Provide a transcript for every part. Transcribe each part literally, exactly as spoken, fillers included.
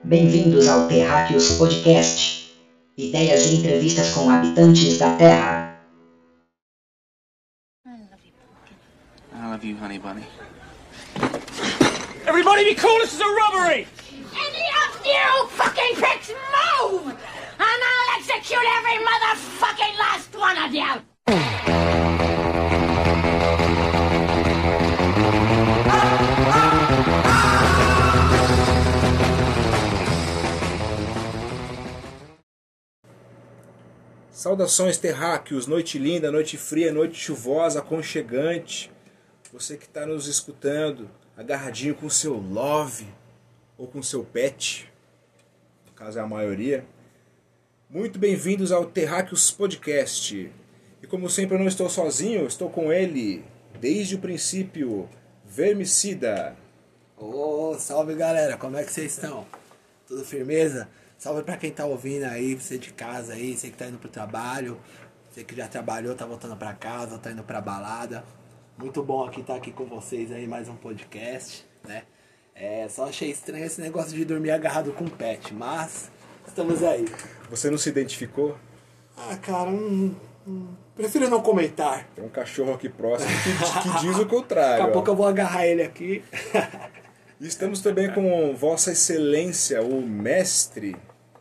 Bem-vindos ao Terráqueos Podcast. Ideias e entrevistas com habitantes da Terra. I love you, honey bunny. Everybody be cool, this is a robbery! Any of you fucking pricks move! And I'll execute every motherfucking last one of you! Saudações terráqueos, noite linda, noite fria, noite chuvosa, aconchegante. Você que está nos escutando, agarradinho com seu love ou com seu pet, no caso é a maioria. Muito bem-vindos ao Terráqueos Podcast. E como sempre eu não estou sozinho, estou com ele, desde o princípio, Vermicida. Ô, oh, salve galera, como é que vocês estão? Tudo firmeza? Salve pra quem tá ouvindo aí, você de casa aí, você que tá indo pro trabalho, você que já trabalhou, tá voltando pra casa, tá indo pra balada. Muito bom aqui estar aqui com vocês aí, mais um podcast, né? É, só achei estranho esse negócio de dormir agarrado com pet, mas estamos aí. Você não se identificou? Ah, cara, hum, hum, prefiro não comentar. Tem um cachorro aqui próximo que, que diz o contrário. Daqui a ó. pouco eu vou agarrar ele aqui. E estamos também com Vossa Excelência, o mestre,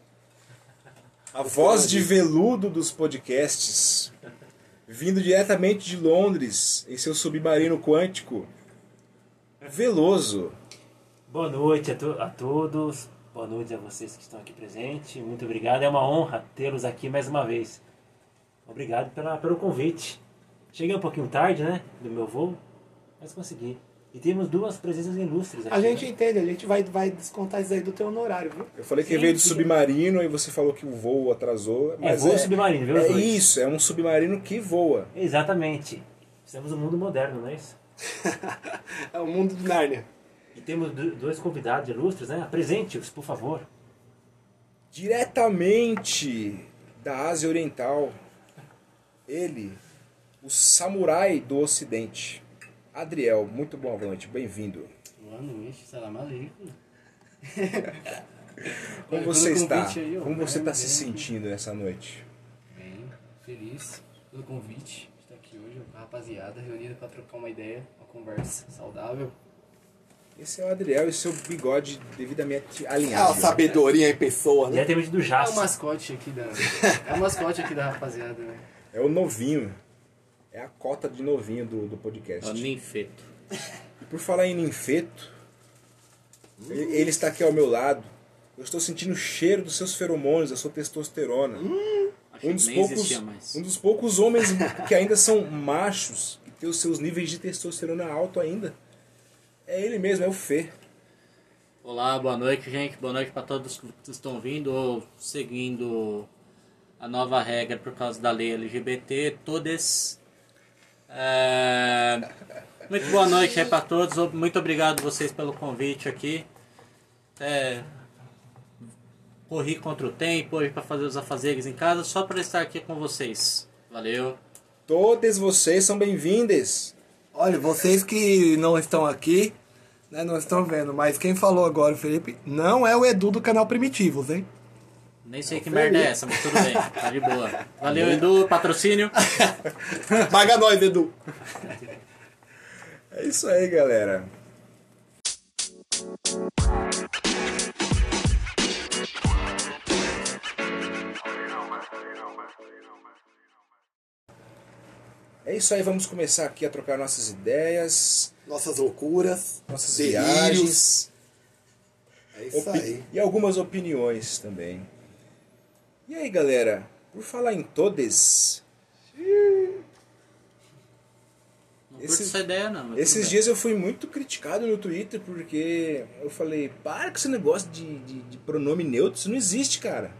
a voz de veludo dos podcasts, vindo diretamente de Londres, em seu submarino quântico, Veloso. Boa noite a, to- a todos, boa noite a vocês que estão aqui presentes, muito obrigado, é uma honra tê-los aqui mais uma vez. Obrigado pela, pelo convite. Cheguei um pouquinho tarde, né, do meu voo, mas consegui. E temos duas presenças ilustres aqui. A gente né? entende, a gente vai, vai descontar isso aí do teu honorário, viu? Eu falei que Sim, veio do sim. submarino e você falou que o voo atrasou. Mas voo submarino, viu, os É dois? isso, é um submarino que voa. Exatamente. Estamos no mundo moderno, não é isso? É o mundo de Nárnia. E temos do- dois convidados ilustres, né? Apresente-os, por favor. Diretamente da Ásia Oriental, ele, o samurai do Ocidente, Adriel. Muito boa noite, bem-vindo. Boa noite, salam aleikum. Como Olha, você pelo está? convite aí, ó. Como você está Bem, se bem. sentindo nessa noite? Bem, feliz pelo convite de estar aqui hoje com a rapaziada reunida para trocar uma ideia, uma conversa saudável. Esse é o Adriel e seu bigode devidamente É a alinhado. sabedoria em pessoa, né? Diretamente do É o Jace. mascote aqui da. É o mascote aqui da rapaziada, né? É o novinho. É a cota de novinho do, do podcast. ninfeto. E por falar em ninfeto, ele, ele está aqui ao meu lado. Eu estou sentindo o cheiro dos seus feromônios, da sua testosterona. um, dos poucos, um dos poucos homens que ainda são machos, que tem os seus níveis de testosterona alto ainda. É ele mesmo, é o Fê. Olá, boa noite, gente. Boa noite para todos que estão vindo ou seguindo a nova regra por causa da lei L G B T. Todes. É... Muito boa noite aí para todos. Muito obrigado vocês pelo convite aqui. É... Corri contra o tempo hoje para fazer os afazeres em casa, só para estar aqui com vocês. Valeu. Todos vocês são bem-vindos. Olha, vocês que não estão aqui, né, não estão vendo, mas quem falou agora, o Felipe, não é o Edu do canal Primitivos, hein? Nem sei que merda é essa, mas tudo bem. Tá de boa. Valeu, Edu. Patrocínio. Paga nós, Edu! É isso aí, galera. É isso aí, vamos começar aqui a trocar nossas ideias, Nossas loucuras, nossas delírios. viagens É isso opi- aí. e algumas opiniões também. E aí, galera, por falar em todes, Não Esse- curto essa ideia, não. mas esses tudo bem. dias eu fui muito criticado no Twitter porque eu falei, para com esse negócio de, de, de pronome neutro, isso não existe, cara.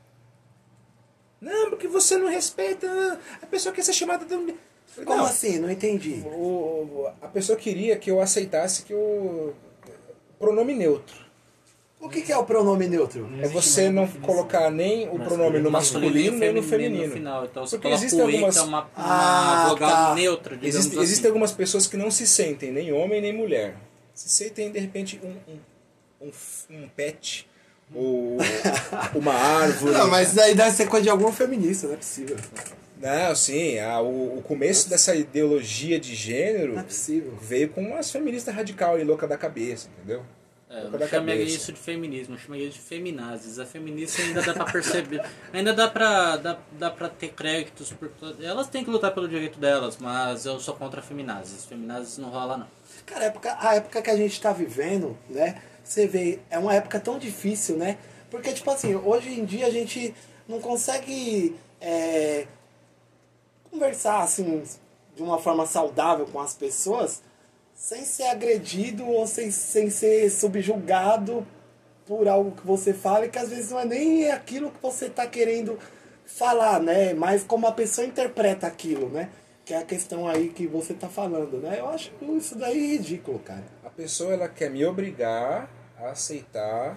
Não, porque você não respeita a pessoa que quer ser chamada de... Eu falei, Como não, assim? Não entendi. o- a pessoa queria que eu aceitasse que o pronome neutro. O que que é o pronome neutro? É você não colocar nem o pronome no masculino nem no feminino. final. Então você Porque coloca existem o i, algumas- que é uma, uma Ah, vogal tá. neutra, digamos Existe, assim. existem algumas pessoas que não se sentem nem homem nem mulher. Se sentem, de repente, um, um, um, f- um pet ou uma árvore. Não, mas isso daí deve ser coisa de algum feminista, não é possível. Não, sim, a, o, o começo dessa ideologia de gênero Não é possível. veio com umas feministas radical e louca da cabeça, entendeu? É, eu Louca não da chamaria cabeça. isso de feminismo, eu chamaria de feminazes. A feminista ainda dá pra perceber, ainda dá pra, dá, dá pra ter créditos por todo... Elas têm que lutar pelo direito delas, mas eu sou contra feminazes. Feminazes não rola não. Cara, a época, a época que a gente tá vivendo, né? Você vê, é uma época tão difícil, né? Porque, tipo assim, hoje em dia a gente não consegue é, conversar, assim, de uma forma saudável com as pessoas sem ser agredido ou sem, sem ser subjugado por algo que você fala e que às vezes não é nem aquilo que você tá querendo falar, né? Mas como a pessoa interpreta aquilo, né? Que é a questão aí que você tá falando, né? Eu acho isso daí ridículo, cara. A pessoa ela quer me obrigar a aceitar.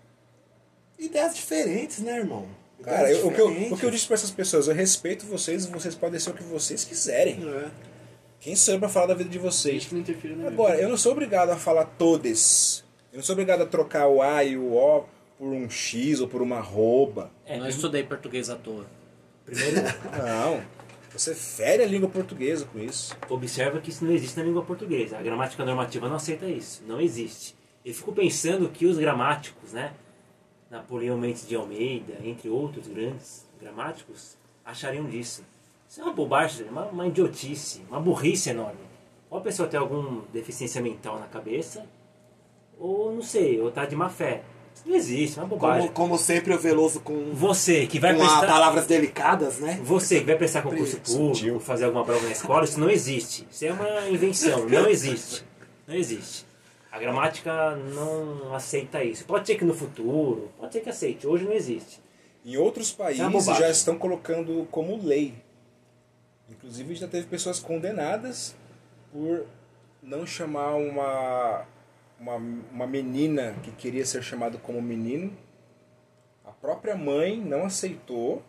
Ideias diferentes, né, irmão? Ideias Cara, eu, o, que eu, diferentes. o que eu disse pra essas pessoas, eu respeito vocês e vocês podem ser o que vocês quiserem. É. Quem sou eu pra falar da vida de Gente vocês? que não interfere na minha Agora, vida. eu não sou obrigado a falar todes. Eu não sou obrigado a trocar o A e o O por um X ou por uma arroba. É, não estudei português à toa. primeiro, Não. Você fere a língua portuguesa com isso. observa que isso não existe na língua portuguesa. A gramática normativa não aceita isso. Não existe. Eu fico pensando que os gramáticos, né? Napoleão Mendes de Almeida, entre outros grandes gramáticos, achariam disso. Isso é uma bobagem, uma, uma idiotice, uma burrice enorme. Ou a pessoa tem alguma deficiência mental na cabeça, ou não sei, ou tá de má fé. Isso não existe, é uma bobagem. Como, como sempre o Veloso com, Você que vai com a- prestar... palavras delicadas, né? Você que vai prestar concurso público, Sutil. fazer alguma prova na escola, isso não existe. Isso é uma invenção, não existe. Não existe. A gramática não aceita isso. Pode ser que no futuro, pode ser que aceite, hoje não existe. Em outros Isso é países uma bobagem. já estão colocando como lei. Inclusive já teve pessoas condenadas por não chamar uma, uma, uma menina que queria ser chamada como menino. A própria mãe não aceitou,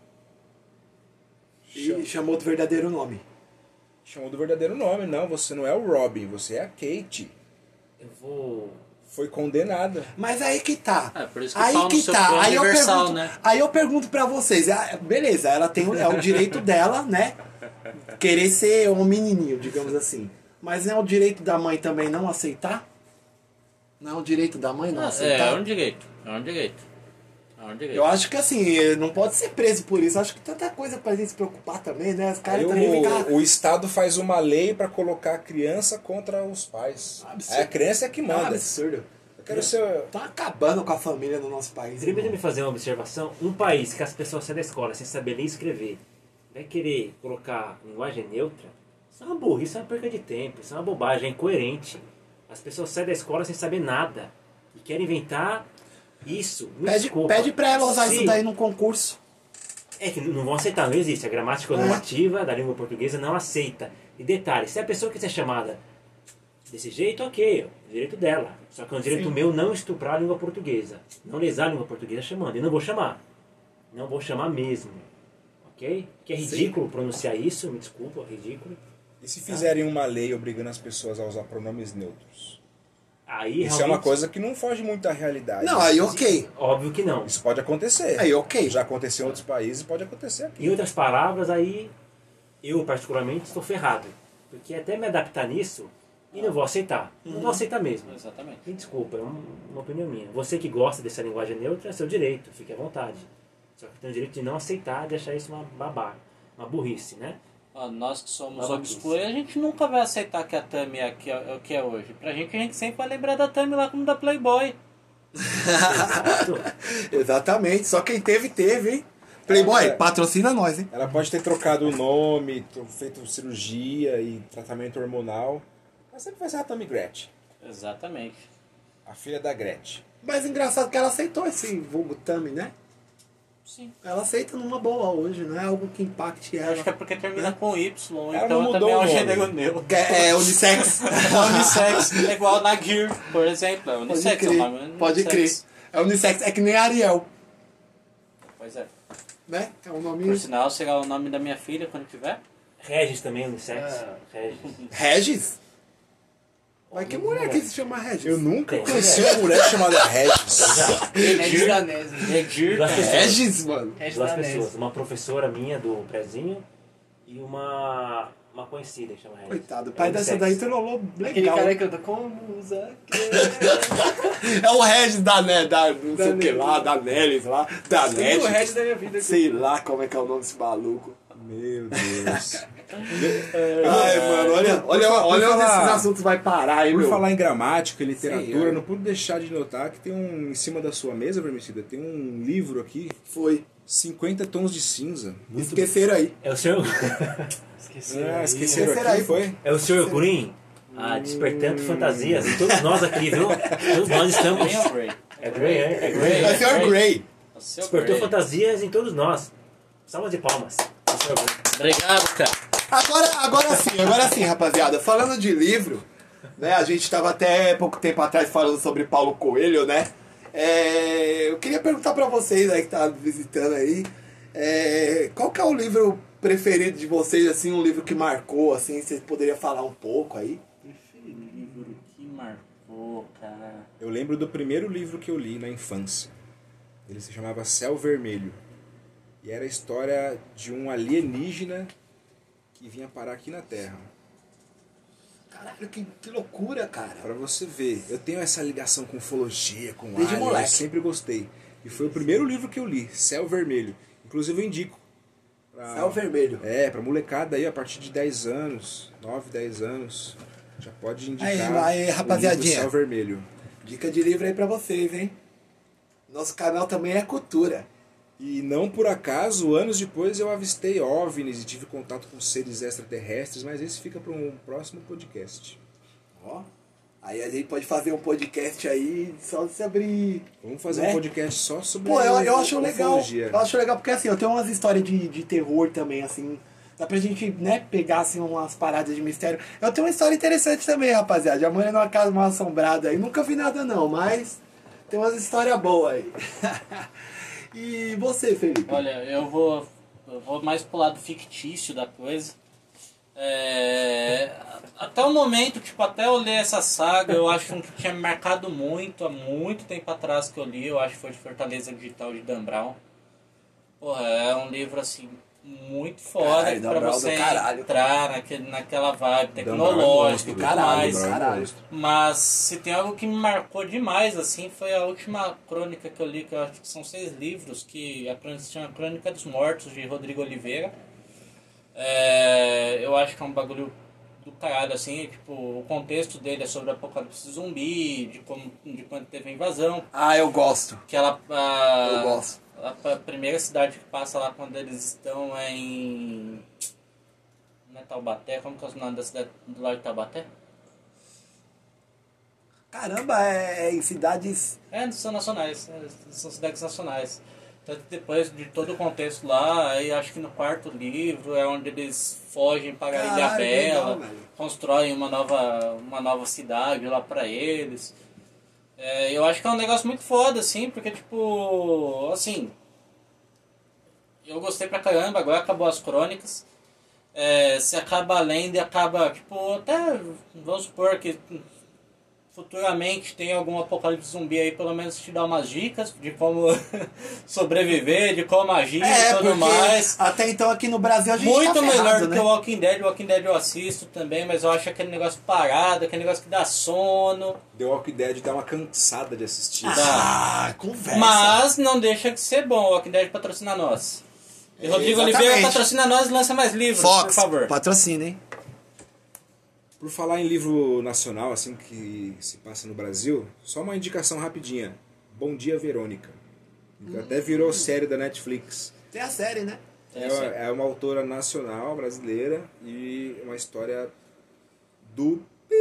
E chamou do verdadeiro nome. chamou do verdadeiro nome. Não, você não é o Robin, você é a Kate. Eu vou... Foi condenada. Mas aí que tá. É, por isso que aí pau no que seu tá. cu é Aí eu, universal, pergunto, né? aí eu pergunto pra vocês. ah, Beleza, ela tem o- é o direito dela, né? Querer ser um menininho, digamos assim. Mas não é o direito da mãe também não aceitar? Não é o direito da mãe não É, aceitar? é um direito. É um direito. É um direito. Eu acho que assim, ele não pode ser preso por isso. Eu acho que tanta coisa pra gente se preocupar também, né? Os Aí caras também ficam... o, o Estado faz uma lei para colocar a criança contra os pais. Absurdo. Aí a criança é que É um manda. absurdo. Eu quero ser... Tá acabando com a família no nosso país. Permita-me irmão. fazer uma observação. Um país que as pessoas saem da escola sem saber ler e escrever, vai querer colocar linguagem neutra, isso é uma burrice, isso é uma perca de tempo, isso é uma bobagem, é incoerente. As pessoas saem da escola sem saber nada e querem inventar isso. Me Pede, desculpa. pede pra ela usar Se- isso daí no concurso. É que não vão aceitar, não existe. A gramática É. normativa da língua portuguesa não aceita. E detalhe, se a pessoa quiser chamada desse jeito, ok, é o direito dela. Só que é um direito meu não estuprar a língua portuguesa. Não lesar a língua portuguesa chamando. E não vou chamar. Não vou chamar mesmo. Ok? Que é ridículo pronunciar isso, me desculpa, é ridículo. E se fizerem uma lei obrigando as pessoas a usar pronomes neutros? Aí, Isso é realmente, uma coisa que não foge muito da realidade. Não, aí ok. Óbvio que não. Isso pode acontecer. Aí ok. Já aconteceu em outros países e pode acontecer aqui. Em outras palavras, aí eu particularmente estou ferrado. Porque até me adaptar nisso, e não vou aceitar. Não vou aceitar mesmo. Exatamente. Me desculpa, é um- uma opinião minha. Você que gosta dessa linguagem neutra, é seu direito, fique à vontade. Só que tem o direito de não aceitar, de achar isso uma babaca, uma burrice, né? Ó, nós que somos Babaquice. obscuros, a gente nunca vai aceitar que a Tami é, que é, é o que é hoje. Pra gente, a gente sempre vai lembrar da Tami lá como da Playboy. Exato. Exatamente. Só quem teve, teve, hein? Playboy, É. patrocina nós, hein? Ela pode ter trocado o nome, tro- feito cirurgia e tratamento hormonal. Mas sempre vai ser a Tammy Gretchen. Exatamente. A filha da Gretchen. Mas engraçado que ela aceitou esse vulgo Tami, né? Sim. Ela aceita numa boa hoje, não é algo que impacte ela. Acho que é porque termina com Y, Ela então não mudou também é o um nome. gênero neutro. Que É, é unissex. É unissex, é igual na Gear, por exemplo. É Pode unissex, é o crer. nome Pode crer. unissex. É unissex. É que nem Ariel, Pois é. né? É um Por nome... sinal, será o nome da minha filha quando tiver? Regis também, unissex. Ah. Regis. Regis? Mas que mulher que se chama Regis? Eu nunca Tem, conheci uma mulher chamada Regis. Regis Danese. Duas pessoas. Regis, mano. Regis Duas Danese. pessoas. Uma professora minha do prezinho e uma, uma conhecida que chama Regis. Coitado, o pai É dessa unissex. daí trollou Aquele legal. cara que canta como usa É o Regis da, né, da não sei o que Nelis. lá, da Nelis lá, da o Net. Regis da minha vida. Sei lá como é que é o nome desse maluco. Meu Deus. Ai, mano, olha, por olha, fa- olha por onde falar- esses assuntos vai parar, hein, Por meu. falar em gramática e literatura, Senhor. não pude deixar de notar que tem um, em cima da sua mesa, Vermicida, tem um livro aqui, Foi. cinquenta tons de cinza. Esqueceram aí. É o senhor. Esqueci. Ah, esqueceram Esqueceram aqui, aí, foi? É o senhor Green? Ah, despertando fantasias. E todos nós aqui, viu? Todos nós estamos. Green ou Grey? É Grey, é? É Grey. É o senhor Grey. O seu Despertou Grey. fantasias em todos nós. Salva de palmas. O senhor Grey. Obrigado, cara. Agora, agora sim, agora sim, rapaziada. Falando de livro, né? A gente tava até pouco tempo atrás falando sobre Paulo Coelho, né? É, eu queria perguntar pra vocês aí que tá visitando aí, é, qual que é o livro preferido de vocês, assim, um livro que marcou, assim, vocês poderiam falar um pouco aí? Livro que marcou, cara. Eu lembro do primeiro livro que eu li na infância. Ele se chamava Céu Vermelho. E era a história de um alienígena que vinha parar aqui na Terra. Caralho, que, que loucura, cara. Pra você ver, eu tenho essa ligação com ufologia, com Desde alien, moleque. eu sempre gostei. E foi o primeiro livro que eu li, Céu Vermelho. Inclusive eu indico. Pra, Céu Vermelho. É, pra molecada aí a partir de dez anos, nove, dez anos, já pode indicar Aí, aí, o livro rapaziadinha. Céu Vermelho. Dica de livro aí pra vocês, hein? Nosso canal também é cultura. E não por acaso, anos depois eu avistei OVNIs e tive contato com seres extraterrestres, mas esse fica para um próximo podcast. Ó, aí a gente pode fazer um podcast aí só sobre... Vamos fazer Né? um podcast só sobre Pô, eu, eu acho legal. ufologia. Eu acho legal porque assim, eu tenho umas histórias de, de terror também, assim. Dá pra gente, né, pegar assim umas paradas de mistério. Eu tenho uma história interessante também, rapaziada. Já morei numa casa mal assombrada aí. Nunca vi nada não, mas tem umas histórias boas aí. E você, Felipe? Olha, eu vou, eu vou mais pro lado fictício da coisa. É, até o momento, tipo, até eu ler essa saga, eu acho um que tinha me marcado muito, há muito tempo atrás que eu li, eu acho que foi de Fortaleza Digital de Dan Brown. Porra, é um livro assim, muito foda, Caralho, Dan pra Brown você do caralho. entrar naquele, naquela vibe Dan Brown é tecnológica e monstro, tudo caralho, mais. Dan Brown é caralho. monstro. Mas se tem algo que me marcou demais, assim, foi a última crônica que eu li, que eu acho que são seis livros, que a crônica se chama Crônica dos Mortos, de Rodrigo Oliveira. É, eu acho que é um bagulho do caralho, assim, tipo, o contexto dele é sobre o apocalipse zumbi, de, como, de quando teve a invasão, Ah, eu gosto. que ela, a, Eu gosto. a, a primeira cidade que passa lá quando eles estão é em... Não é Taubaté? Como que é o nome da cidade do lado de Taubaté? Caramba, é, é em cidades... É, são nacionais, né? São cidades nacionais. Tanto que depois de todo o contexto lá, aí acho que no quarto livro é onde eles fogem para a Ilha Caralho, Bela, legal, velho. constroem uma nova, uma nova cidade lá para eles. É, eu acho que é um negócio muito foda, assim, porque, tipo, assim, eu gostei pra caramba, agora acabou as crônicas. É, se acaba lendo e acaba, tipo, até, vamos supor que futuramente tem algum apocalipse zumbi aí, pelo menos te dar umas dicas de como sobreviver, de como agir É, e tudo porque mais. até então aqui no Brasil a gente Muito tá melhor ferrado, do né? que o Walking Dead. O Walking Dead eu assisto também, mas eu acho aquele negócio parado, aquele negócio que dá sono. The Walking Dead dá uma cansada de assistir. Ah, conversa. Mas não deixa de ser bom. O Walking Dead patrocina nós. E Rodrigo Exatamente. Oliveira patrocina nós e lança mais livros, por favor. patrocina, hein? Por falar em livro nacional, assim, que se passa no Brasil, só uma indicação rapidinha. Bom Dia, Verônica. Que até virou série da Netflix. Tem a série, né? É uma, é uma autora nacional brasileira e uma história do...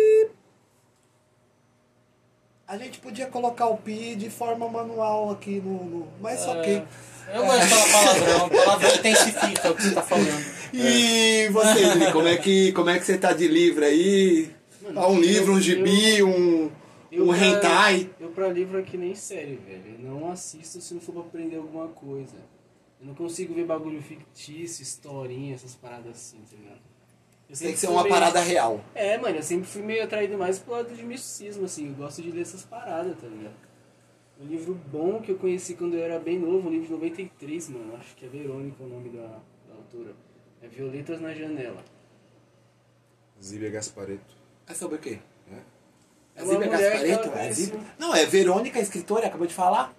A gente podia colocar o pi de forma manual aqui no... no mas só que... Eu gosto de falar palavrão. Palavrão intensifica o que você tá falando. E você, Vini, como é que como é que você tá de livro aí? Mano, Ah, um livro, um eu- gibi, um, Eu um pra- hentai? Eu pra livro é que nem série, velho. Eu não assisto se não for pra aprender alguma coisa. Eu não consigo ver bagulho fictício, historinha, essas paradas assim, tá ligado? Eu sempre Tem que ser fui uma meio- parada real. É, mano, eu sempre fui meio atraído mais pro lado de misticismo, assim. Eu gosto de ler essas paradas, tá ligado? Um livro bom que eu conheci quando eu era bem novo, um livro de noventa e três, mano. Acho que é Verônica o nome da, da autora. É Violetas na Janela. Zíbia Gasparetto. É sobre o quê? É? É É uma Zíbia mulher que Gasparetto? ela É conheceu. Zíbia? Não, é Verônica, a escritora, acabou de falar.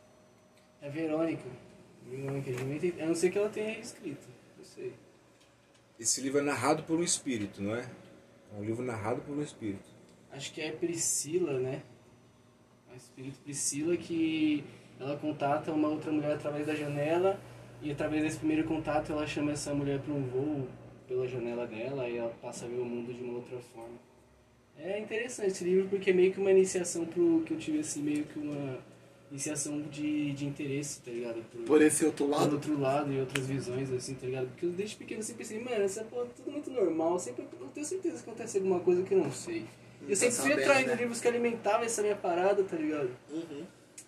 É Verônica. Verônica de noventa e três. Eu não sei que ela tenha escrito. Eu sei. Esse livro é narrado por um espírito, não é? É um livro narrado por um espírito. Acho que é Priscila, né? A espírito Priscila que ela contata uma outra mulher através da janela e através desse primeiro contato ela chama essa mulher para um voo pela janela dela e ela passa a ver o mundo de uma outra forma. É interessante esse livro porque é meio que uma iniciação pro que eu tive assim, meio que uma iniciação de, de interesse, tá ligado? Por, Por esse outro por lado. outro lado e outras visões, assim, tá ligado? Porque eu desde pequeno sempre pensei, mano, essa porra é tudo muito normal, sempre, eu tenho certeza que acontece alguma coisa que eu não sei. E eu sempre fui sabendo, atraindo né? livros que alimentavam essa minha parada, tá ligado? Uhum.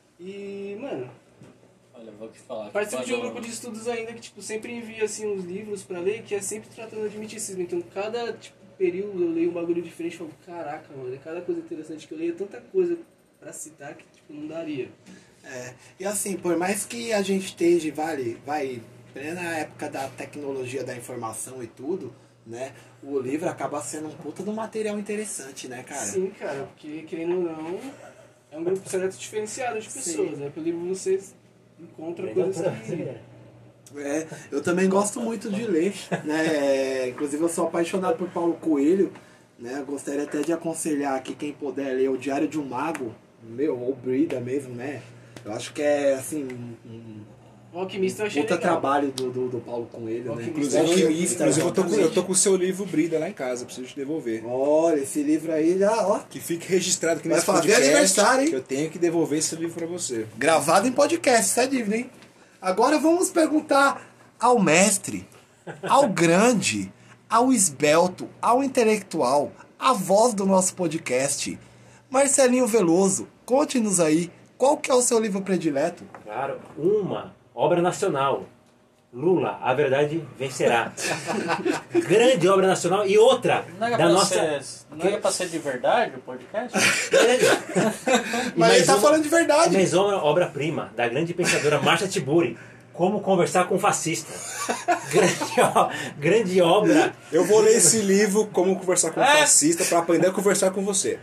E, mano, Olha, eu vou te falar. que participo de um quando- grupo de estudos ainda que, tipo, sempre envia, assim, uns livros pra ler que é sempre tratando de misticismo. Então, cada, tipo, período eu leio um bagulho diferente e falo, caraca, mano, é cada coisa interessante que eu leio, é tanta coisa pra citar que, tipo, não daria. É, e assim, por mais que a gente esteja, vale, vai, plena época da tecnologia da informação e tudo, né? O livro acaba sendo um puta do material interessante, né, cara? Sim, cara, porque, querendo ou não, é um grupo seleto diferenciado de pessoas, né? Pelo livro vocês encontram coisas que... É, eu também gosto muito de ler, né? É, inclusive eu sou apaixonado por Paulo Coelho, né? Eu gostaria até de aconselhar aqui quem puder ler o Diário de um Mago, meu, ou Brida mesmo, né? Eu acho que é assim um, O Alquimista eu um achei puta legal. trabalho do, do, do Paulo Coelho, né? Alquimista. Inclusive, Alquimista, inclusive eu, tô com, exatamente. eu tô com o seu livro Brida lá em casa, preciso te devolver. Olha, esse livro aí já, ó, Que fique registrado aqui Vai nesse fazer podcast aniversário, hein? que eu tenho que devolver esse livro pra você. gravado em podcast, isso é dívida, hein? Agora vamos perguntar ao mestre, ao grande, ao esbelto, ao intelectual, a voz do nosso podcast, Marcelinho Veloso. Conte-nos aí, qual que é o seu livro predileto? Claro, uma obra nacional. Lula, a verdade vencerá. Grande obra nacional. E outra, Não era, da pra nossa... ser, não era pra ser de verdade o podcast? Mas ele tá uma- falando de verdade. Mas uma obra-prima da grande pensadora Marcia Tiburi. Como conversar com um fascista. Grande, ó- grande obra. Eu vou ler esse livro, Como Conversar com um É. Fascista, pra aprender a conversar com você.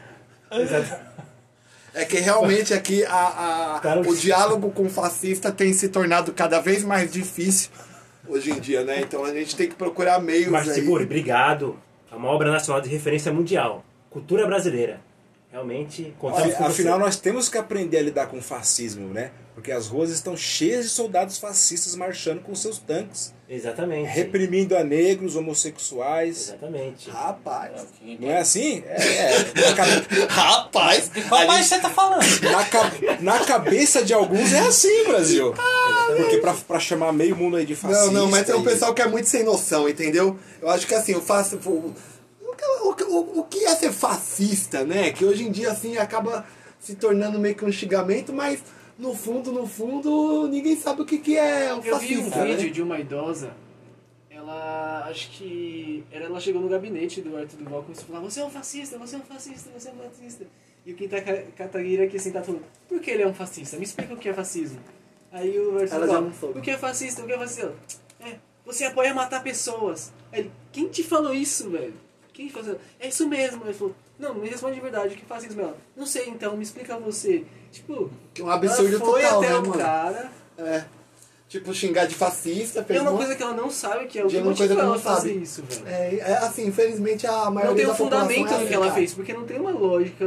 É que realmente aqui a, a- Cara, o diálogo com o fascista tem se tornado cada vez mais difícil hoje em dia, né? Então a gente tem que procurar meios Marcia aí. Tiburi, obrigado. É uma obra nacional de referência mundial. Cultura brasileira. Realmente, contamos com Afinal, você. nós temos que aprender a lidar com o fascismo, né? Porque as ruas estão cheias de soldados fascistas marchando com seus tanques, Exatamente. reprimindo a negros, homossexuais. Exatamente. Rapaz. Não é assim? É, é. Na, cabe- Rapaz. De qual a país gente- você tá falando? na ca- na cabeça de alguns é assim, Brasil. Porque pra, pra chamar meio mundo aí de fascista... Não, não, mas tem um e- pessoal que é muito sem noção, entendeu? Eu acho que assim, eu faço. O, o, o, o que é ser fascista, né? Que hoje em dia assim acaba se tornando meio que um xingamento, mas no fundo, no fundo, ninguém sabe o que, que é o Eu vi um fascista. vídeo Né? de uma idosa, ela, acho que, era- ela chegou no gabinete do Arthur Duval e começou a falar, você é um fascista, você é um fascista, você é um fascista. E o Quinta Kataguiri aqui sentado falou, por que ele é um fascista? Me explica o que é fascismo. Aí o Arthur Ela já Duval, não soube. o que é fascista, o que é fascista? É, você apoia matar pessoas. Aí ele, quem te falou isso, velho? Quem falou isso? É isso mesmo. Ele falou, não, me responde de verdade, o que é fascismo? Ela, não sei, então, me explica você. Tipo, Que é um absurdo ela foi total, até né, o mano? cara... É. Tipo, xingar de fascista. fez É uma um- coisa que ela não sabe, que é o de que uma motiva coisa que ela não a fazer sabe. isso, velho. É, é assim, infelizmente a maioria Não tem da um população fundamento é no assim, que ela cara. fez, porque não tem uma lógica.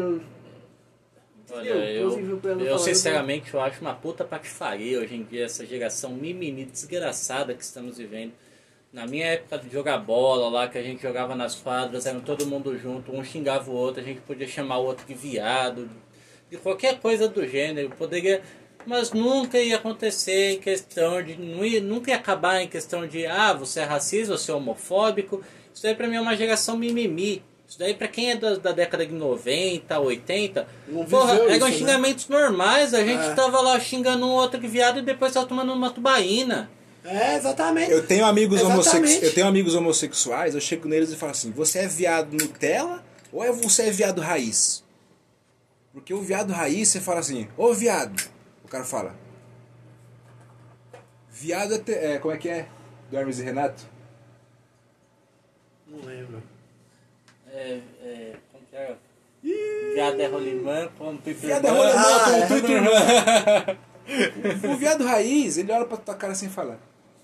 Olha, Entendeu? eu, Plausível pra ela eu falar, sinceramente eu acho uma puta patifaria hoje em dia essa geração mimimi desgraçada que estamos vivendo. Na minha época de jogar bola lá, que a gente jogava nas quadras, era todo mundo junto, um xingava o outro, a gente podia chamar o outro de viado, de qualquer coisa do gênero, poderia, mas nunca ia acontecer em questão de, não ia, nunca ia acabar em questão de, ah, você é racista, você é homofóbico. Isso daí pra mim é uma geração mimimi. Isso daí pra quem é da, da década de noventa, oitenta, Não porra, viveu eram isso, xingamentos normais, a gente É. tava lá xingando um outro de viado e depois tava tomando uma tubaína. É, exatamente. Eu tenho amigos Exatamente. homossexuais, eu tenho amigos homossexuais, eu chego neles e falo assim: "Você é viado Nutella ou é você é viado raiz?" Porque o viado raiz, você fala assim: "Ô viado". O cara fala: "Viado é, te... é como é que é? Do Hermes e Renato?" Não lembro. É, é, como que é? Viado é rolimã, como pipi. Viado é rolimã, Ah, como é. pipi, irmã. O viado raiz, ele olha pra tua cara assim e fala: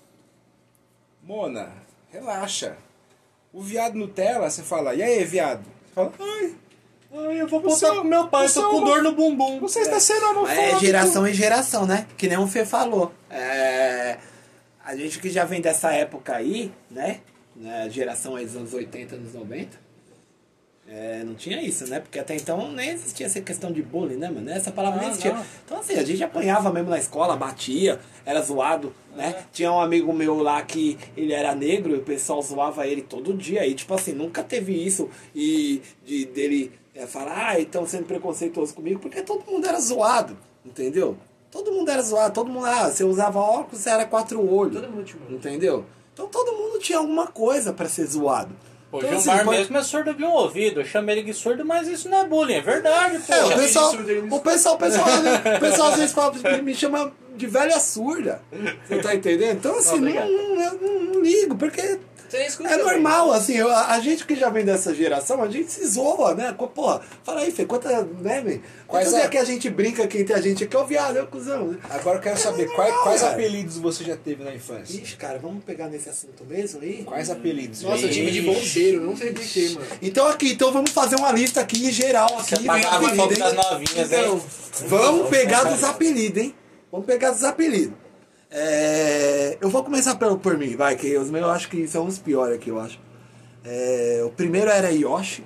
"Mona, relaxa." O viado Nutella, você fala: "E aí, viado?" Você fala: "Ai, Ai, eu vou Você botar é- com meu pai, você tô é com uma- dor no bumbum. você está sendo homofóbico." É geração em geração, né? Que nem o Fê falou. É, a gente que já vem dessa época aí, né? né? Geração aí dos anos oitenta, anos noventa. É, não tinha isso, né? Porque até então nem existia essa questão de bullying, né, mano? Essa palavra nem Não, existia. não. Então, assim, a gente apanhava mesmo na escola, batia, era zoado, né? Tinha um amigo meu lá que ele era negro e o pessoal zoava ele todo dia. E, tipo assim, nunca teve isso e de, dele é, falar, ah, estão sendo preconceituosos comigo, porque todo mundo era zoado, entendeu? Todo mundo era zoado, todo mundo, ah, você usava óculos, você era quatro olhos, Todo mundo tinha um. entendeu? Então todo mundo tinha alguma coisa pra ser zoado. Pô, Então, Gilmar assim, mesmo é surdo de um ouvido. Eu chamo ele de surdo, mas isso não é bullying, é verdade, pô. É, o pessoal, surdo ele o pessoal, o pessoal, o pessoal às vezes fala, me chama de velha surda. Você tá entendendo? Então, assim, não, não, eu não, não ligo, porque Você escuta é também. normal, assim, eu- a, a gente que já vem dessa geração, a gente se zoa, né? Co- Porra, fala aí, Fê, quanta, né, velho? Quais Quantos a- é que a gente brinca aqui entre a gente aqui, ô viado, é o cuzão. Agora eu quero saber, não, quais, quais cara. apelidos você já teve na infância? Ixi, cara, vamos pegar nesse assunto mesmo aí? Quais apelidos? Nossa, eu tive de bombeiro, não sei porquê, mano. Então aqui, então vamos fazer uma lista aqui em geral, aqui, Você apagava vem fogo apelido, das hein? novinhas, Então, hein? vamos pegar dos apelidos, hein? Vamos pegar dos apelidos. É, eu vou começar pelo, por mim, vai, que os meus eu acho que são os piores aqui, eu acho. É, o primeiro era Yoshi,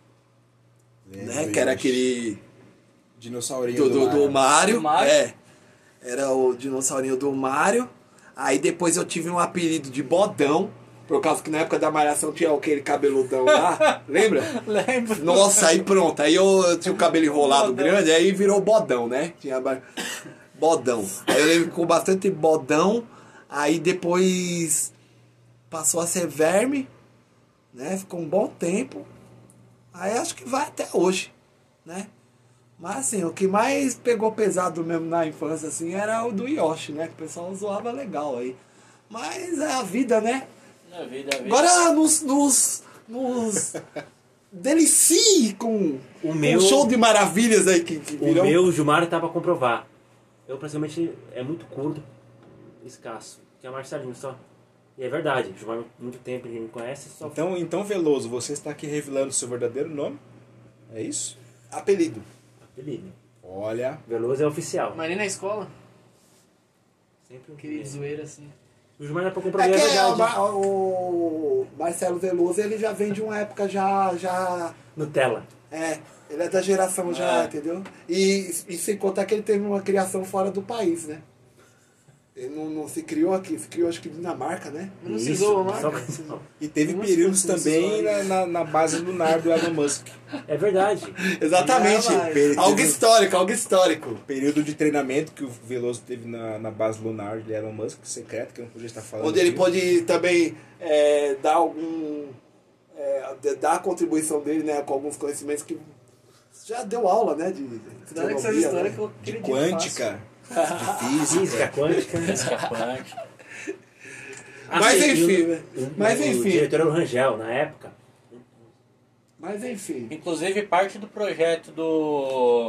né? Que era aquele dinossaurinho do, do, do Mario. Do Mario. É, era o dinossaurinho do Mario. Aí depois eu tive um apelido de Bodão, por causa que na época da Malhação tinha aquele cabeludão lá, lembra? Lembro. Nossa, aí pronto. Aí eu tinha o cabelo enrolado grande, aí virou bodão, né? Tinha ba- bodão. Aí eu lembro que com bastante bodão. Aí depois passou a ser verme, né? Ficou um bom tempo. Aí acho que vai até hoje, né? Mas assim, o que mais pegou pesado mesmo na infância, assim, era o do Yoshi, né? Que o pessoal zoava legal aí. Mas é a vida, né? Na vida, a vida. Agora nos, nos, nos delicie com O um meu- show de maravilhas aí que, que O virão. meu, o Gilmar, tá pra comprovar. Eu, praticamente, é muito curto, escasso. Que é Marcelinho só. E é verdade, o Gilmar, muito tempo, ninguém me conhece, só Então, então, Veloso, você está aqui revelando seu verdadeiro nome? É isso? Apelido. apelido. Olha, Veloso é oficial. Mas nem na escola, Sempre um aquele zoeira assim. O Gilmar dá pra comprovar, É é que é, o, verdade. Mar- o Marcelo Veloso, ele já vem de uma época já... já Nutella. é, ele é da geração já, É. entendeu? E, e sem contar que ele teve uma criação fora do país, né? Ele não, não se criou aqui, se criou acho que na Dinamarca, né? Mas não se zoa lá, só cara. coisa- e teve Como períodos se fosse também isso, na, na, na base lunar do Elon Musk. É verdade. Exatamente. Não, mas- Algo histórico, algo histórico. Período de treinamento que o Veloso teve na, na base lunar de Elon Musk, secreto, que eu não podia estar falando. Onde ele aqui. pode também é, dar algum. É, de- dar a contribuição dele, né, com alguns conhecimentos que já deu aula, né? De, de Cuidado com essas astronomia, histórias né? que eu De acredito quântica, de Física física. quântica. Escapante. Mas Assim, enfim, o- né? o- Mas O enfim. diretor era o Rangel, na época. Mas enfim. Inclusive, parte do projeto do...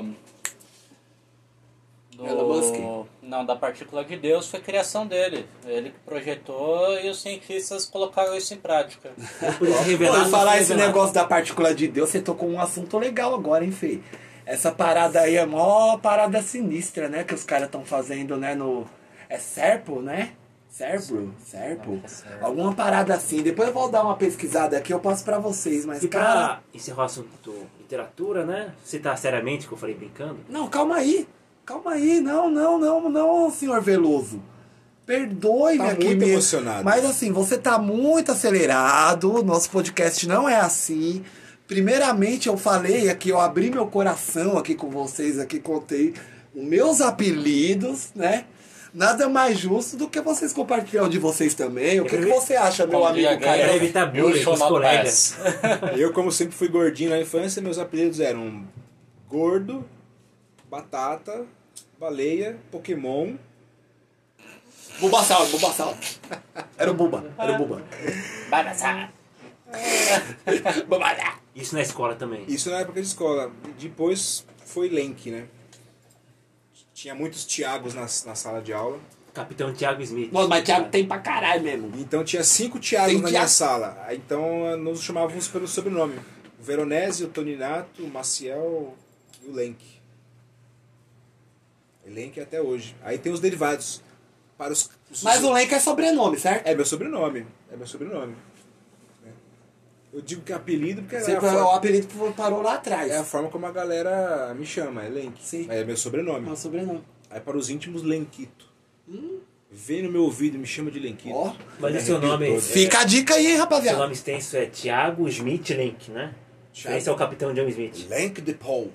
do Elon Musk? Não, da partícula de Deus foi a criação dele. Ele que projetou e os cientistas colocaram isso em prática. Não podia se Pô, revelar. eu não falar se esse revelar. negócio da partícula de Deus, você tocou um assunto legal agora, hein, Fê? Essa parada aí é mó parada sinistra, né? Que os caras estão fazendo, né? No. É Serpo, né? Serpo? Serpo? Alguma parada assim. Depois eu vou dar uma pesquisada aqui, eu passo pra vocês, mas E cara. pra encerrar o assunto literatura, né? Citar seriamente, que eu falei brincando. Não, calma aí. Calma aí. Não, não, não, não, senhor Veloso. Perdoe-me Tá aqui muito mesmo. emocionado. Mas assim, você tá muito acelerado. Nosso podcast não é assim. Primeiramente, eu falei aqui, eu abri meu coração aqui com vocês, aqui contei os meus apelidos, né? nada mais justo do que vocês compartilhar o de vocês também. O que, que você acha, meu Bom amigo dia, cara? Pra evitar bullying com os colegas. Eu, como sempre fui gordinho na infância, meus apelidos eram Gordo, Batata, Baleia, Pokémon. Bulbasaur, Bulbasaur. Era o Buba, era o Buba. Barassá. Bulbasaur. Isso na escola também. Isso na época de escola. Depois foi Lenk, né? Tinha muitos Thiagos na, na sala de aula. Capitão Thiago Smith. Nossa, mas Thiago tem pra caralho mesmo. Então tinha cinco Thiagos Tem na Thiago? minha sala. Aí, então nos chamávamos pelo sobrenome. O Veronese, o Toninato, o Maciel e o Lenk. Lenk até hoje. Aí tem os derivados. Para os, os Mas o Lenk é sobrenome, certo? É meu sobrenome. É meu sobrenome. Eu digo que é apelido porque Você, é, a o forma, apelido parou lá atrás. é a forma como a galera me chama, é Lenk. Sim. É meu sobrenome. É o sobrenome. Aí para os íntimos, Lenquito. Vem no meu ouvido e me chama de Lenquito. Ó. Mas o seu nome, é, Fica a dica aí, hein, seu rapaziada. nome extenso é Thiago Smith Lenk, né? Thiago. Esse é o Capitão John Smith. Lenk de Paul.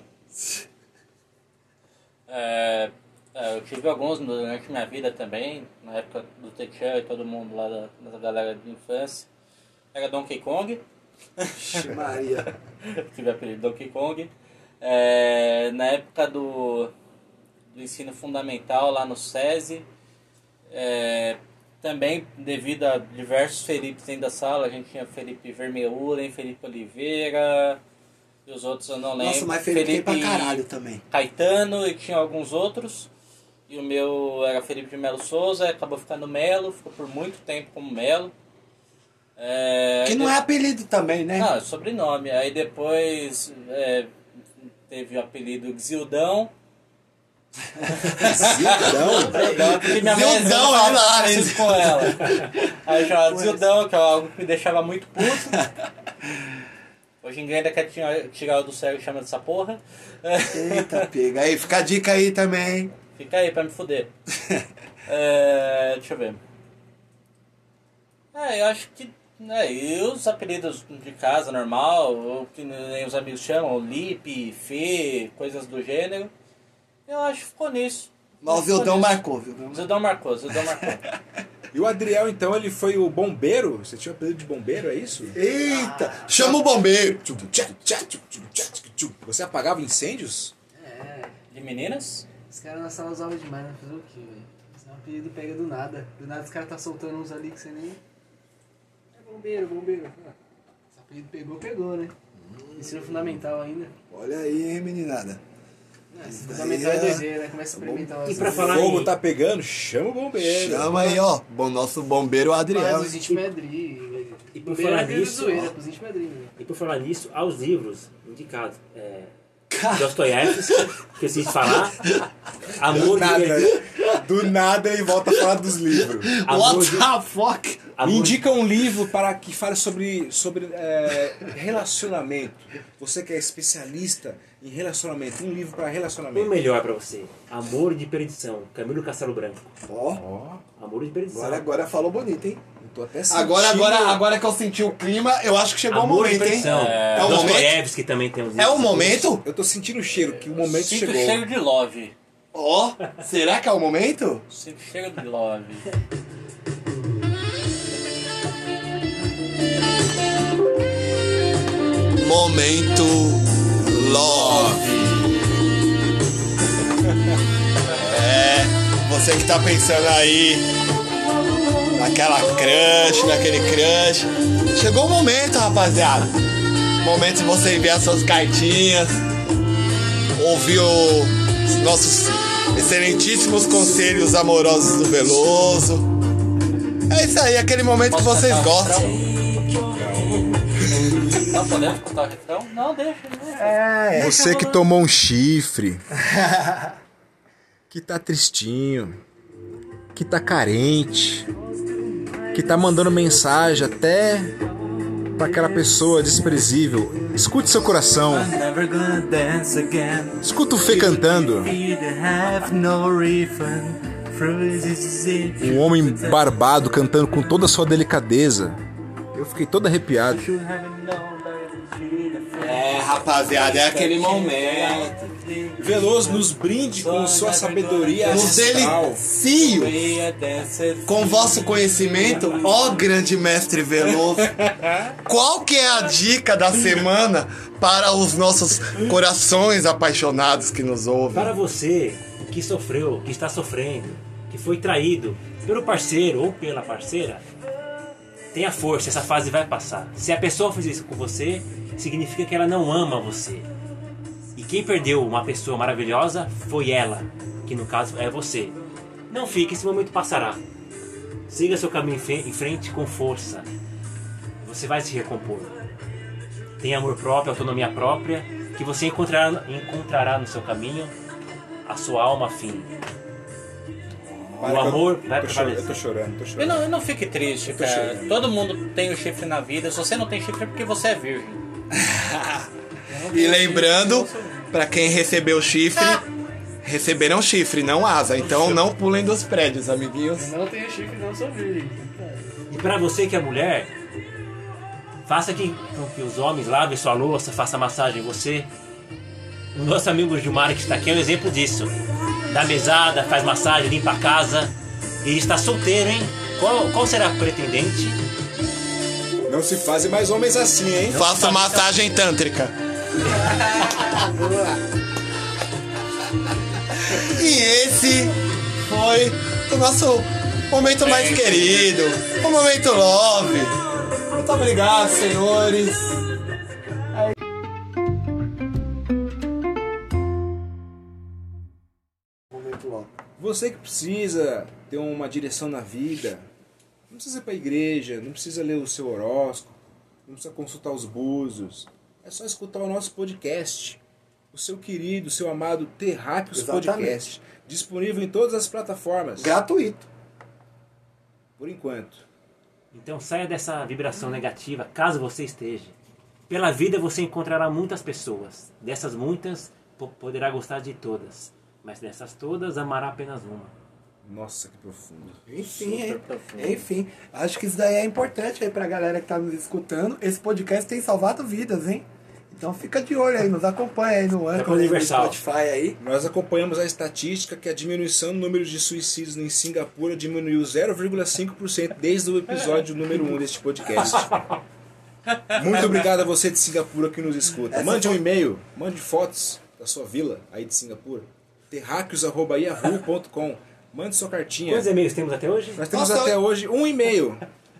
É, é, eu tive alguns durante minha vida também, na época do Techan e todo mundo lá da, da galera de infância. Era Donkey Kong. Vixe, Maria. Tive o apelido Donkey Kong. É, na época do, do ensino fundamental lá no SESI, é, também devido a diversos Felipes dentro da sala, a gente tinha Felipe Vermeulen, Felipe Oliveira e os outros eu não lembro. Nossa, mas Felipe tem pra caralho também. Caetano e tinha alguns outros. E o meu era Felipe de Melo Souza, acabou ficando Melo, ficou por muito tempo como Melo. É, Que não é apelido também, né? Não, é sobrenome. Aí depois é, teve o apelido Xildão. Zildão? Zildão, porque minha mãe Zildão, não olha lá, falava hein? isso com ela. Aí chamava Zildão, que é algo que me deixava muito puto. Hoje em dia ainda quer tirar, tirar do sério e chama dessa porra. Eita, pega. Aí, fica a dica aí também, hein? Fica aí pra me fuder. É, deixa eu ver. É, eu acho que... É, e os apelidos de casa normal, ou que nem os amigos chamam, Lipe, Fê, coisas do gênero, eu acho que ficou nisso. Mas o Ficou Zildão nisso. marcou, viu? Zildão marcou, Zildão marcou. E o Adriel, então, ele foi o bombeiro? Você tinha um apelido de bombeiro, é isso? Eita! Chama o bombeiro! Você apagava incêndios? É, De meninas? os caras na sala usavam demais, né? Fazer o quê, velho? Esse apelido pega do nada. Do nada os caras tá soltando uns ali que você nem... É bombeiro, bombeiro. Ah, esse apelido pegou, pegou, né? Ensino fundamental ainda. Olha aí, hein, meninada. Não, ensino Daí fundamental é é- doideira, né? Começa a experimentar umas E pra coisas. falar O fogo em- tá pegando, chama o bombeiro. Chama aí, ó. Bom, nosso bombeiro Adriel. Mas os íntimos é dri. E por Bombeiro falar é de nisso, zoeira, ó. pros íntimos é dri, né? E por falar nisso, aos livros indicados. É, Dostoiévski, esqueci de falar. Do Amor de nada, Verdade. do nada ele volta a falar dos livros. Amor What de- the fuck? Me indica um livro para que fale sobre, sobre é, relacionamento. Você que é especialista em relacionamento, um livro para O relacionamento. melhor pra você. Amor de Perdição, Camilo Castelo Branco. Ó, Ó, Amor de Perdição. agora, agora falou bonito, hein? eu tô até sentindo. Agora, agora, agora que eu senti o clima, eu acho que chegou o Amor de momento, hein? Perdição. É o momento? Dostoiévski também tem uns É o livros. momento? Eu tô sentindo o cheiro, que o momento Sinto chegou. cheiro de love. Ó, será que é o momento? Sinto cheiro de love. Momento Love. É, você que tá pensando aí naquela crush, naquele crush. Chegou o momento, rapaziada. Momento de você enviar suas cartinhas, ouvir os nossos excelentíssimos conselhos amorosos do Veloso. É isso aí, aquele momento que vocês gostam. Não podemos contar o refrão? Não, deixa. deixa. É, Você que tomou um chifre, que tá tristinho, que tá carente, que tá mandando mensagem até pra aquela pessoa desprezível. Escute seu coração. Never gonna dance again. Escuta o Fê cantando. Have no refund. Um homem barbado cantando com toda a sua delicadeza. Eu fiquei todo arrepiado. É, rapaziada, é aquele momento. Veloso nos brinde com sua sabedoria Nos ancestral. delicio com vosso conhecimento, ó grande mestre Veloso. Qual que é a dica da semana para os nossos corações apaixonados que nos ouvem? Para você que sofreu, que está sofrendo, que foi traído pelo parceiro ou pela parceira, tenha força, essa fase vai passar. Se a pessoa fez isso com você, significa que ela não ama você. E quem perdeu uma pessoa maravilhosa foi ela, que no caso é você. Não fique, esse momento passará. Siga seu caminho em frente com força. Você vai se recompor. Tenha amor próprio, autonomia própria, que você encontrará, encontrará no seu caminho a sua alma afim. O amor vai Eu tô, chorando, eu prevalecer. tô chorando, tô E chorando. não, e não fique triste, tô cara. chorando. Todo mundo tem o chifre na vida. Se você não tem chifre é porque você é virgem. E lembrando, pra quem recebeu chifre, receberam chifre, não asa. Então não pulem dos prédios, amiguinhos. Não tenho chifre, não sou virgem. E para você que é mulher, faça que, com que os homens lavem sua louça, faça massagem em você. O nosso amigo Gilmar que está aqui é um exemplo disso. Dá mesada, faz massagem, limpa a casa. E está solteiro, hein? Qual, qual será a pretendente? Não se fazem mais homens assim, hein? Faça massagem tântrica. E esse foi o nosso momento mais querido, o momento love. Muito obrigado, senhores. Momento love. Você que precisa ter uma direção na vida, não precisa ir pra igreja, não precisa ler o seu horóscopo, não precisa consultar os búzios. É só escutar o nosso podcast. O seu querido, seu amado Terráqueos Exatamente. Podcast. Disponível em todas as plataformas. Gratuito. Por enquanto. Então saia dessa vibração negativa, caso você esteja. Pela vida você encontrará muitas pessoas. Dessas muitas, po- poderá gostar de todas. Mas dessas todas, amará apenas uma. Nossa, que profundo. Enfim, hein? Enfim, acho que isso daí é importante aí pra galera que tá nos escutando. Esse podcast tem salvado vidas, hein? Então fica de olho aí, nos acompanha aí no Anchor, no universal. Spotify aí. Nós acompanhamos a estatística que a diminuição do número de suicídios em Singapura diminuiu zero vírgula cinco por cento desde o episódio número um deste podcast. Muito obrigado a você de Singapura que nos escuta. Mande um e-mail, mande fotos da sua vila aí de Singapura. terráqueos arroba yahoo ponto com. Mande sua cartinha. Quantos e-mails temos até hoje? Nós temos Nossa, até hoje um e-mail.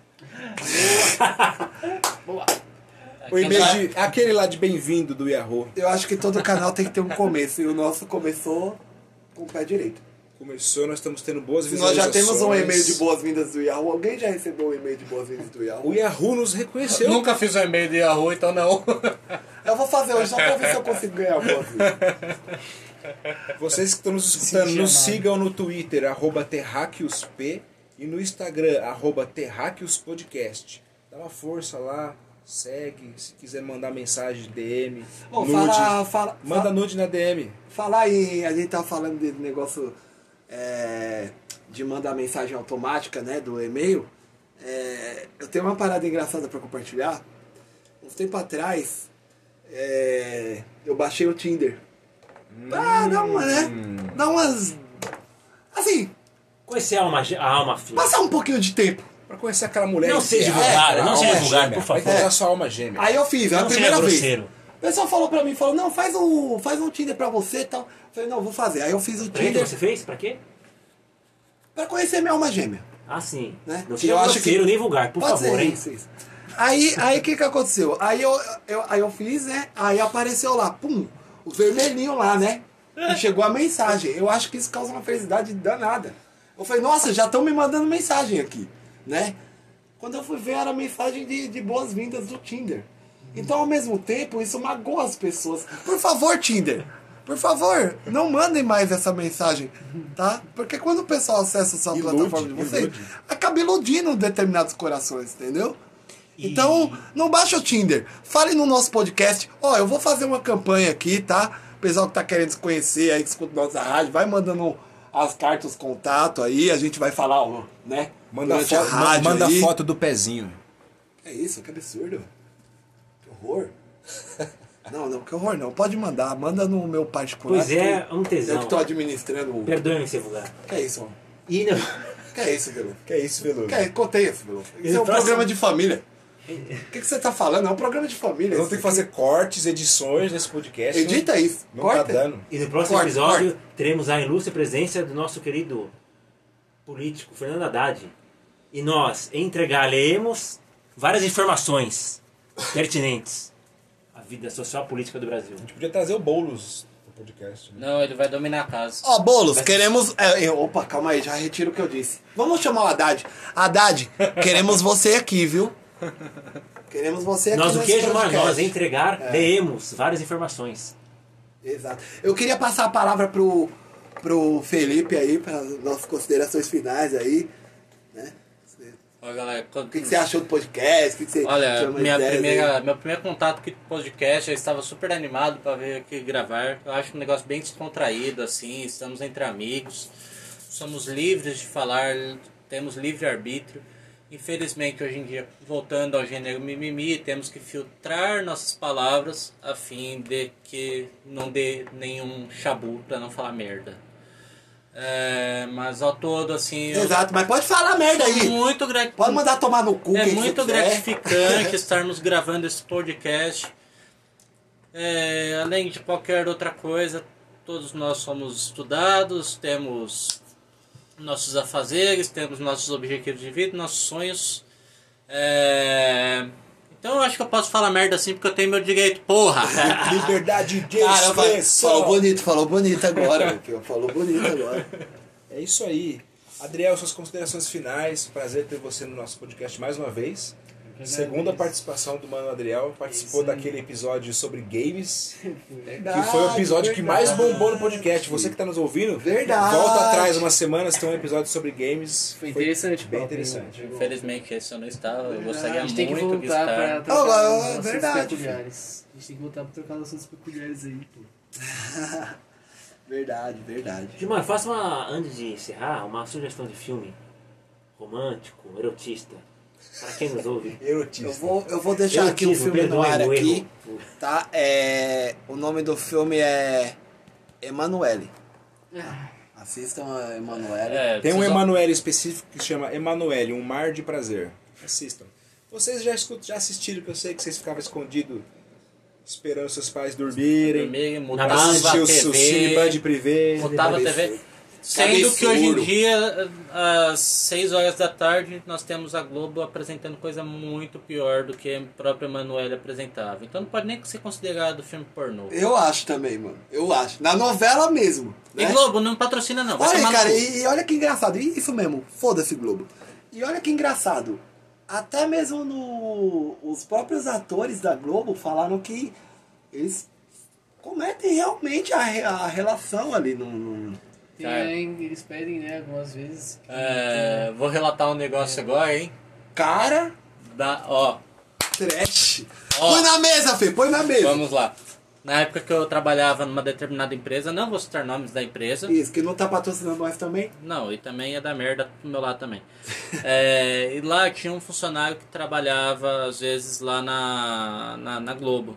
O e-mail de aquele lá de bem-vindo do Yahoo. Eu acho que todo canal tem que ter um começo. E o nosso começou com o pé direito. Começou, nós estamos tendo boas Se nós já visualizações. temos um e-mail de boas-vindas do Yahoo, alguém já recebeu um e-mail de boas-vindas do Yahoo? O Yahoo nos reconheceu. Nunca fiz um e-mail de Yahoo, então não. Eu vou fazer hoje só pra ver se eu consigo ganhar boas-vindas. Vocês que estão nos escutando, Sim, nos chamado. sigam no Twitter, arroba terráqueosp, e no Instagram, arroba terráqueospodcast. Dá uma força lá, segue, se quiser mandar mensagem, D M, Ô, nude, fala, fala, manda fala, nude na D M. falar em... A gente tava falando de negócio é, de mandar mensagem automática, né, do e-mail. É, eu tenho uma parada engraçada pra compartilhar. Um tempo atrás, é, eu baixei o Tinder. Pra dar uma, né? Dar umas... Assim, Conhecer a alma, a alma fina. passar um pouquinho de tempo. Pra conhecer aquela mulher. Não que- seja É, vulgar, a não seja alma vulgar, gêmea. por favor. Vai encontrar sua alma gêmea. Aí eu fiz, é a Não seja primeira vez. grosseiro. O pessoal falou pra mim, falou, não, faz um, faz um Tinder pra você e tal. Eu falei, não, vou fazer. Aí eu fiz o Pra que Tinder você fez? Pra quê? pra conhecer minha alma gêmea. Ah, sim. Né? Não Que seja eu acho grosseiro que- nem vulgar, por Pode favor, ser hein? isso, isso. Aí, aí o que que aconteceu? Aí eu, eu, aí eu fiz, né? Aí apareceu lá, pum, o vermelhinho lá, né? E chegou a mensagem. Eu acho que isso causa uma felicidade danada. Eu falei, nossa, já estão me mandando mensagem aqui, né? Quando eu fui ver, era mensagem de, de boas-vindas do Tinder. Então, ao mesmo tempo, isso magoa as pessoas. Por favor, Tinder, por favor, não mandem mais essa mensagem, tá? Porque quando o pessoal acessa a sua Ilude, plataforma de vocês, ilude. acaba iludindo determinados corações, entendeu? Então, não baixa o Tinder. Fale no nosso podcast. Ó, eu vou fazer uma campanha aqui, tá? O pessoal que tá querendo se conhecer aí, que escuta nossa rádio, vai mandando as cartas, contato aí, a gente vai falar, ó, né? Manda, Durante a foto, rádio manda aí. foto do pezinho. É isso, que absurdo. Que horror. Não, não, que horror não. Pode mandar, manda no meu particular. Pois é, um Eu tesão. que tô administrando o... Perdoe-me ser vulgar. Que é isso, mano? E no... Que é isso, Velu? Que é isso, Veludo? Que é... Contei isso, Velu. Isso E é no um próximo- programa de família. O que, que você tá falando? É um programa de família. Nós vamos ter que fazer cortes, edições nesse podcast. Edita isso. Não Corta. tá dando. E no próximo Corta, episódio corta. teremos a ilustre presença do nosso querido político Fernando Haddad. E nós entregaremos várias informações pertinentes à vida social e política do Brasil. A gente podia trazer o Boulos pro podcast. Né? Não, ele vai dominar a casa. Ó, Boulos, queremos... é, eu- opa, calma aí, já retiro o que eu disse. Vamos chamar o Haddad. Haddad, queremos você aqui, viu? Queremos você aqui Nós o nesse queijo mais podcast. nós entregar, leemos várias informações. Exato. Eu queria passar a palavra pro, pro Felipe aí, para nossas considerações finais aí, né? Ó, galera, O que, que você achou do podcast? O que, que você Olha, chama minha ideias primeira, aí? meu primeiro contato com o podcast, eu estava super animado para vir aqui gravar. Eu acho um negócio bem descontraído, assim, estamos entre amigos, somos livres de falar, temos livre-arbítrio. Infelizmente, hoje em dia, voltando ao gênero mimimi, temos que filtrar nossas palavras a fim de que não dê nenhum chabu, para não falar merda. É, mas ao todo, assim... eu- Exato, mas pode falar merda aí. Muito gratificante. Pode mandar tomar no cu É quem muito você quiser. gratificante estarmos gravando esse podcast. É, além de qualquer outra coisa, todos nós somos estudados, temos nossos afazeres, temos nossos objetivos de vida, nossos sonhos. É, então eu acho que eu posso falar merda assim porque eu tenho meu direito, porra! Liberdade de Cara, vai- expressão. falou bonito, falou bonito agora. meu filho, Falou bonito agora. É isso aí. Adriel, suas considerações finais. Prazer ter você no nosso podcast mais uma vez. Segunda participação do Mano Adriel. Participou daquele episódio sobre games. Que foi o episódio que mais bombou no podcast. Você que está nos ouvindo, Verdade. volta atrás umas semanas, tem um episódio sobre games. Foi interessante, bem Paulo. interessante. Infelizmente esse eu não estava, eu A gostaria gente tem que muito de voltar pra estar. trocar Oh, os é assuntos verdade, peculiares. A gente tem que voltar pra trocar os assuntos peculiares aí, pô. Verdade, verdade. Gilmar, faça uma, antes de encerrar, uma sugestão de filme romântico, erotista, para quem nos ouve. Erotista. Eu vou, eu vou deixar aqui um Erotismo, filme no perdoe ar o aqui, erro. tá? É, o nome do filme é Emanuele. Assistam a Emanuele. É, Tem um vocês- Emanuele específico que se chama Emanuele, um mar de prazer. Assistam. Vocês já, escutam, já assistiram, que eu sei que vocês ficavam escondidos esperando seus pais dormirem. dormir, Na mutava base, Assistir a o seu cine T V, Band Privé. mutava a T V. Sendo que hoje em dia, às seis horas da tarde, nós temos a Globo apresentando coisa muito pior do que a própria Emanuele apresentava. Então não pode nem ser considerado filme pornô. Eu acho também, mano. Eu acho. Na novela mesmo. E Né? Globo, não patrocina não. Vai Olha, tomar no cara, cu. e, e olha que engraçado. E isso mesmo, foda-se Globo. E olha que engraçado. Até mesmo no, os próprios atores da Globo falaram que eles cometem realmente a, re- a relação ali no... no- Tem, Cara. né, eles pedem, né, algumas vezes. que- É, vou relatar um negócio agora, hein? Cara, Da, ó, trash. Ó. Põe na mesa, Fê, põe na mesa. vamos lá. Na época que eu trabalhava numa determinada empresa, não vou citar nomes da empresa. Isso, que não tá patrocinando nós também. Não, e também é da merda do meu lado também. É, e lá tinha um funcionário que trabalhava, às vezes, lá na, na, na Globo.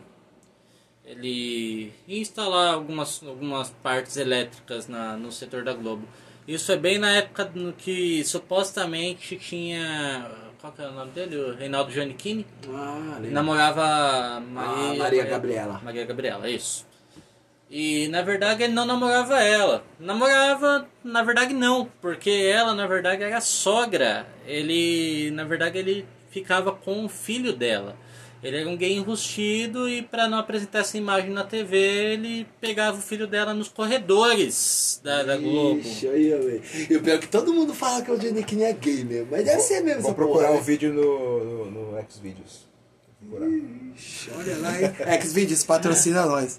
Ele ia instalar algumas, algumas partes elétricas na, no setor da Globo. Isso é bem na época no que supostamente tinha... Qual que é o nome dele? O Reinaldo Giannichini. Ah, Namorava a Maria, Ah, Maria Gabriela. Maria Gabriela, isso. E na verdade ele não namorava ela. Namorava, na verdade não, porque ela na verdade era sogra. Ele, na verdade ele ficava com o filho dela. Ele era um gay enrustido e para não apresentar essa imagem na T V, ele pegava o filho dela nos corredores da, da Globo. Ixi, aí, velho. E o pior é que todo mundo fala que o Giannichini é gay mesmo. Mas deve ser mesmo Vou essa procurar porra, o vídeo no, no, no Xvideos. Vou procurar. Ixi, olha lá, hein? Xvideos patrocina nós.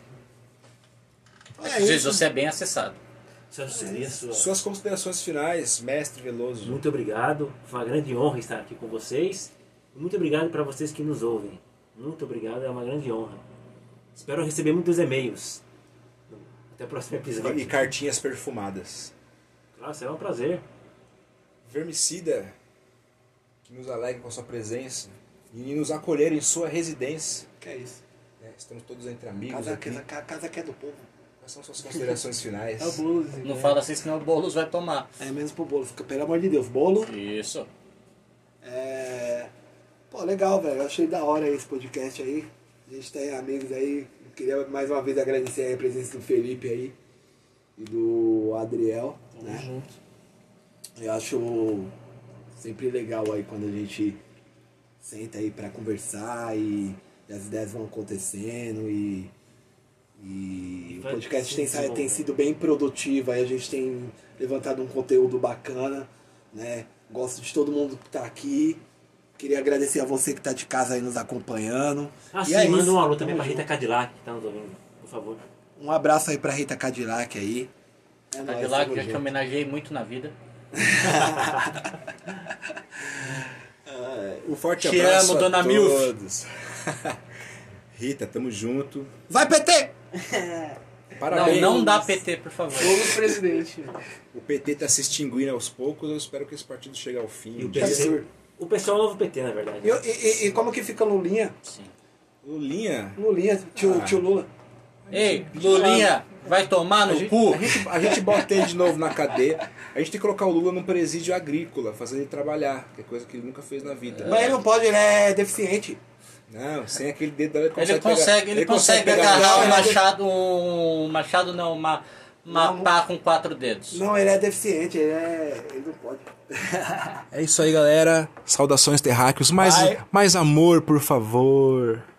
É Gente, isso. você é bem acessado. Isso seria sua. Suas considerações finais, mestre Veloso. Muito obrigado. Foi uma grande honra estar aqui com vocês. E muito obrigado para vocês que nos ouvem. Muito obrigado, é uma grande honra. Espero receber muitos e-mails. Até o próximo episódio. E cartinhas perfumadas. Claro, será um prazer. Vermicida, que nos alegra com a sua presença e nos acolher em sua residência. Que é isso? É, estamos todos entre amigos Casa, aqui. casa, casa que é do povo. Quais são suas considerações finais? É o Boulos. Não fala assim, senão o Boulos vai tomar. É mesmo pro bolo. Fica, pelo amor de Deus, bolo. Isso. É... Pô, legal, velho. Eu achei da hora esse podcast aí. A gente tem amigos aí. Eu queria mais uma vez agradecer aí a presença do Felipe aí. E do Adriel, Tamo né? junto. Eu acho sempre legal aí quando a gente senta aí pra conversar e, e as ideias vão acontecendo e, e o Vai podcast se tem, sa- tem desenvolvendo. sido bem produtivo, aí a gente tem levantado um conteúdo bacana, né? Gosto de todo mundo que tá aqui. Queria agradecer a você que tá de casa aí nos acompanhando. Ah, E sim, é manda isso. um alô também Tamo pra Rita junto. Cadillac, que tá nos ouvindo, por favor. Um abraço aí pra Rita Cadillac aí. É nóis, Cadillac, tamo já te junto. homenageei muito na vida. Um forte Te abraço amo, a dona Milf. todos. Rita, tamo junto. Vai, P T! Parabéns. Não, não dá P T, por favor. Boulos presidente. O P T tá se extinguindo aos poucos. Eu espero que esse partido chegue ao fim. E o Que P T, absurdo. o pessoal é o novo P T, na verdade. E, e- e como que fica Lulinha? Sim. Lulinha, Lulinha, tio, Ah. tio Lula. Ei, Lulinha, vai tomar a no gente, cu? a, gente, a gente bota ele de novo na cadeia. A gente tem que colocar o Lula num presídio agrícola, fazer ele trabalhar, que é coisa que ele nunca fez na vida. Mas ele não pode, ele é deficiente. Não, sem aquele dedo dele ele Ele consegue consegue, pegar, ele consegue pegar agarrar o um machado. machado, um machado não, uma, uma Não. pá com quatro dedos. Não, ele é deficiente, ele, é, ele não pode. É isso aí, galera. Saudações terráqueos. Mais, Vai. mais amor, por favor.